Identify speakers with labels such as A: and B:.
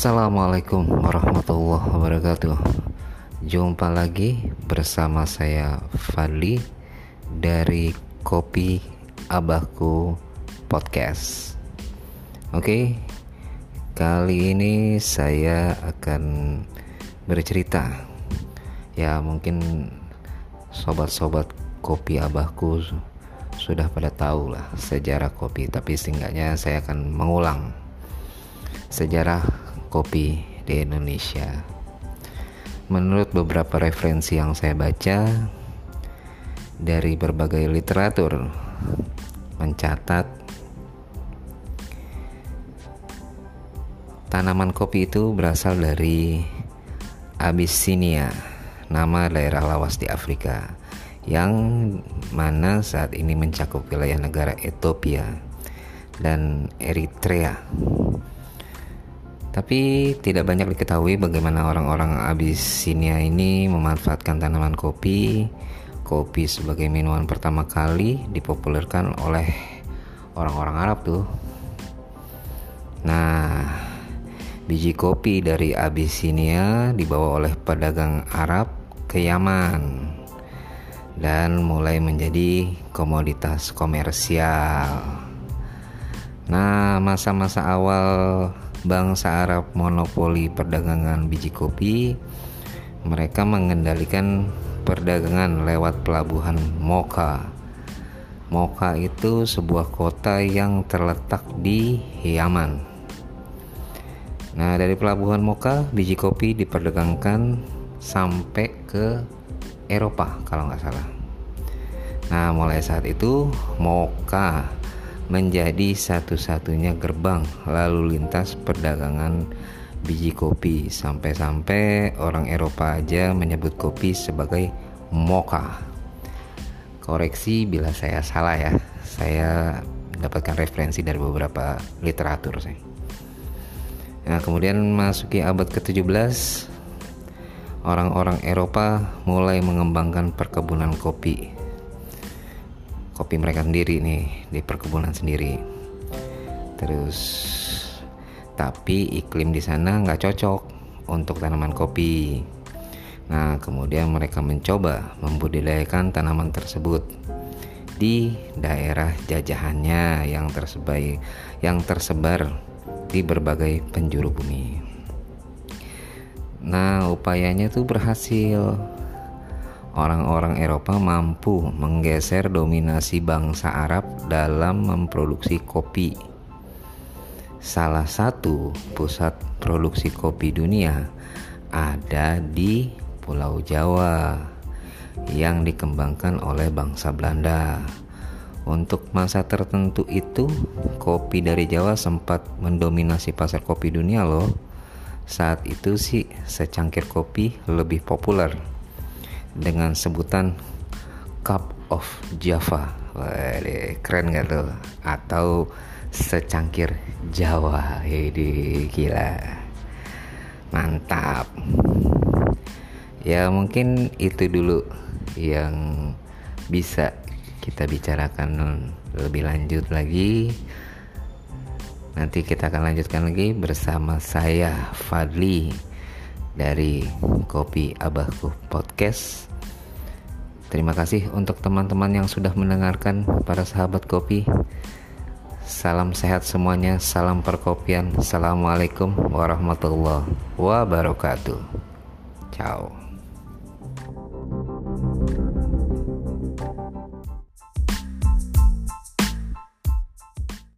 A: Assalamualaikum warahmatullahi wabarakatuh. Jumpa lagi bersama saya Fadli dari Kopi Abahku Podcast. Oke, kali ini saya akan bercerita. Ya, mungkin sobat-sobat Kopi Abahku sudah pada tahu lah sejarah kopi, tapi setidaknya saya akan mengulang sejarah kopi di Indonesia. Menurut beberapa referensi yang saya baca dari berbagai literatur mencatat tanaman kopi itu berasal dari Abyssinia, nama daerah lawas di Afrika, yang mana saat ini mencakup wilayah negara Ethiopia dan Eritrea. Tapi tidak banyak diketahui bagaimana orang-orang Abyssinia ini memanfaatkan tanaman kopi. Kopi sebagai minuman pertama kali dipopulerkan oleh orang-orang Arab tuh. Nah, biji kopi dari Abyssinia dibawa oleh pedagang Arab ke Yaman dan mulai menjadi komoditas komersial. Nah, masa-masa awal bangsa Arab monopoli perdagangan biji kopi, mereka mengendalikan perdagangan lewat pelabuhan Mocha. Mocha itu sebuah kota yang terletak di Yaman. Nah, dari pelabuhan Mocha, biji kopi diperdagangkan sampai ke Eropa kalau nggak salah. Nah, mulai saat itu Mocha menjadi satu-satunya gerbang lalu lintas perdagangan biji kopi, sampai-sampai orang Eropa aja menyebut kopi sebagai mocha. Koreksi bila saya salah ya, saya mendapatkan referensi dari beberapa literatur saya. Nah, kemudian masuki abad ke-17, orang-orang Eropa mulai mengembangkan perkebunan kopi mereka sendiri nih, di perkebunan sendiri. Terus tapi iklim di sana nggak cocok untuk tanaman kopi. Nah, kemudian mereka mencoba membudidayakan tanaman tersebut di daerah jajahannya yang tersebar di berbagai penjuru bumi. Nah, upayanya tuh berhasil. Orang-orang Eropa mampu menggeser dominasi bangsa Arab dalam memproduksi kopi. Salah satu pusat produksi kopi dunia ada di Pulau Jawa yang dikembangkan oleh bangsa Belanda. Untuk masa tertentu itu, kopi dari Jawa sempat mendominasi pasar kopi dunia loh. Saat itu sih secangkir kopi lebih populer dengan sebutan Cup of Java. Wah, keren gak tuh? Atau secangkir Jawa. Ini gila, mantap. Ya, mungkin itu dulu yang bisa kita bicarakan lebih lanjut lagi. Nanti kita akan lanjutkan lagi bersama saya Fadli dari Kopi Abahku Podcast. Terima kasih untuk teman-teman yang sudah mendengarkan, para sahabat kopi. Salam sehat semuanya, salam perkopian. Assalamualaikum warahmatullahi wabarakatuh. Ciao.